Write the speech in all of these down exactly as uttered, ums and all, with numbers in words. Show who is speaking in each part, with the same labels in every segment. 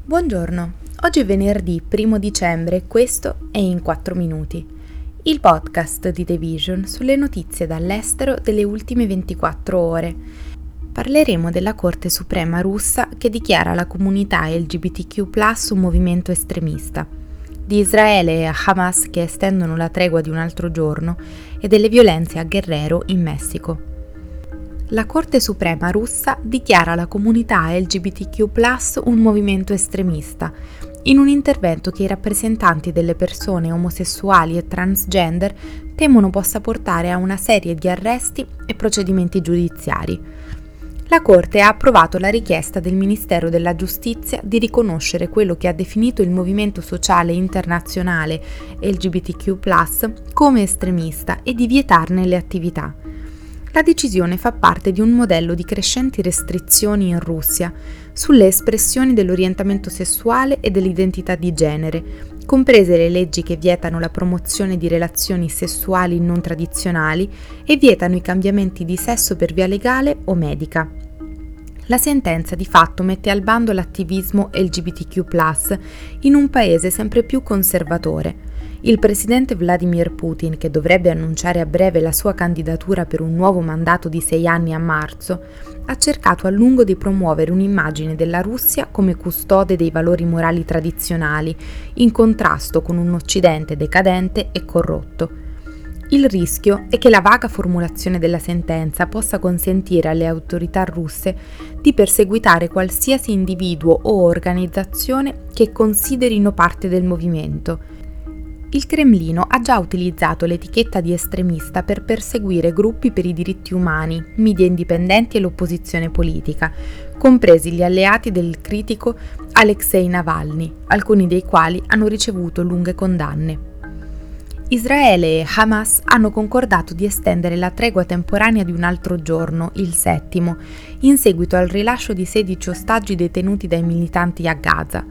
Speaker 1: Buongiorno, oggi è venerdì primo dicembre e questo è In quattro minuti, il podcast di The Vision sulle notizie dall'estero delle ultime ventiquattro ore. Parleremo della Corte Suprema russa che dichiara la comunità L G B T Q plus un movimento estremista, di Israele e Hamas che estendono la tregua di un altro giorno e delle violenze a Guerrero in Messico. La Corte Suprema russa dichiara la comunità L G B T Q plus un movimento estremista, in un intervento che i rappresentanti delle persone omosessuali e transgender temono possa portare a una serie di arresti e procedimenti giudiziari. La Corte ha approvato la richiesta del Ministero della Giustizia di riconoscere quello che ha definito il movimento sociale internazionale L G B T Q plus come estremista e di vietarne le attività. La decisione fa parte di un modello di crescenti restrizioni in Russia sulle espressioni dell'orientamento sessuale e dell'identità di genere, comprese le leggi che vietano la promozione di relazioni sessuali non tradizionali e vietano i cambiamenti di sesso per via legale o medica. La sentenza di fatto mette al bando l'attivismo L G B T Q plus in un paese sempre più conservatore. Il presidente Vladimir Putin, che dovrebbe annunciare a breve la sua candidatura per un nuovo mandato di sei anni a marzo, ha cercato a lungo di promuovere un'immagine della Russia come custode dei valori morali tradizionali, in contrasto con un Occidente decadente e corrotto. Il rischio è che la vaga formulazione della sentenza possa consentire alle autorità russe di perseguitare qualsiasi individuo o organizzazione che considerino parte del movimento. Il Cremlino ha già utilizzato l'etichetta di estremista per perseguire gruppi per i diritti umani, media indipendenti e l'opposizione politica, compresi gli alleati del critico Alexei Navalny, alcuni dei quali hanno ricevuto lunghe condanne. Israele e Hamas hanno concordato di estendere la tregua temporanea di un altro giorno, il settimo, in seguito al rilascio di sedici ostaggi detenuti dai militanti a Gaza.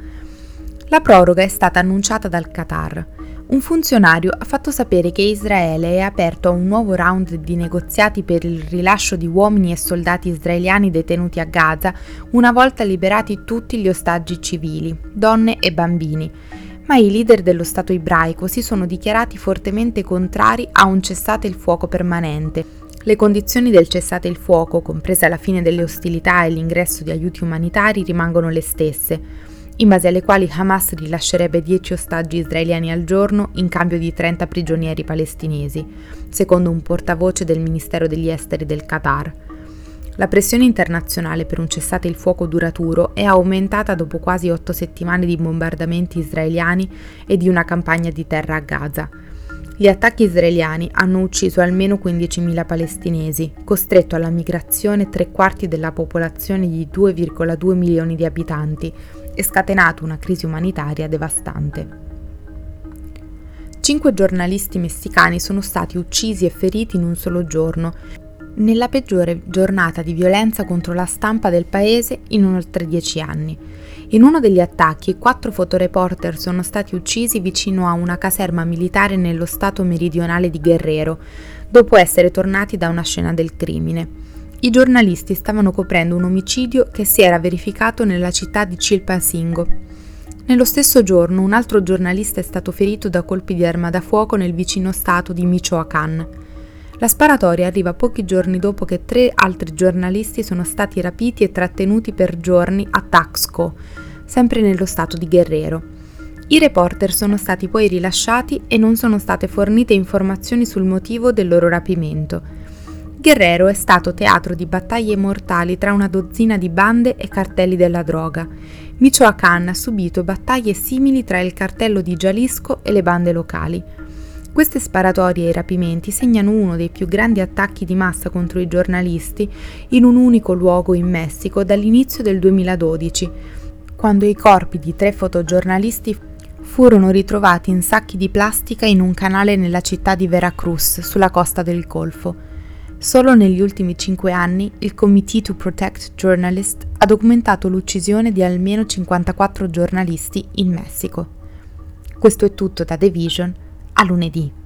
Speaker 1: La proroga è stata annunciata dal Qatar. Un funzionario ha fatto sapere che Israele è aperto a un nuovo round di negoziati per il rilascio di uomini e soldati israeliani detenuti a Gaza una volta liberati tutti gli ostaggi civili, donne e bambini, ma i leader dello Stato ebraico si sono dichiarati fortemente contrari a un cessate il fuoco permanente. Le condizioni del cessate il fuoco, compresa la fine delle ostilità e l'ingresso di aiuti umanitari, rimangono le stesse, in base alle quali Hamas rilascerebbe dieci ostaggi israeliani al giorno in cambio di trenta prigionieri palestinesi, secondo un portavoce del Ministero degli Esteri del Qatar. La pressione internazionale per un cessate il fuoco duraturo è aumentata dopo quasi otto settimane di bombardamenti israeliani e di una campagna di terra a Gaza. Gli attacchi israeliani hanno ucciso almeno quindicimila palestinesi, costretto alla migrazione tre quarti della popolazione di due virgola due milioni di abitanti, e scatenato una crisi umanitaria devastante. Cinque giornalisti messicani sono stati uccisi e feriti in un solo giorno, nella peggiore giornata di violenza contro la stampa del paese in oltre dieci anni. In uno degli attacchi, quattro fotoreporter sono stati uccisi vicino a una caserma militare nello stato meridionale di Guerrero, dopo essere tornati da una scena del crimine. I giornalisti stavano coprendo un omicidio che si era verificato nella città di Chilpancingo. Nello stesso giorno un altro giornalista è stato ferito da colpi di arma da fuoco nel vicino stato di Michoacán. La sparatoria arriva pochi giorni dopo che tre altri giornalisti sono stati rapiti e trattenuti per giorni a Taxco, sempre nello stato di Guerrero. I reporter sono stati poi rilasciati e non sono state fornite informazioni sul motivo del loro rapimento. Guerrero è stato teatro di battaglie mortali tra una dozzina di bande e cartelli della droga. Michoacán ha subito battaglie simili tra il cartello di Jalisco e le bande locali. Queste sparatorie e i rapimenti segnano uno dei più grandi attacchi di massa contro i giornalisti in un unico luogo in Messico dall'inizio del duemiladodici, quando i corpi di tre fotogiornalisti furono ritrovati in sacchi di plastica in un canale nella città di Veracruz, sulla costa del Golfo. Solo negli ultimi cinque anni il Committee to Protect Journalists ha documentato l'uccisione di almeno cinquantaquattro giornalisti in Messico. Questo è tutto da The Vision, a lunedì.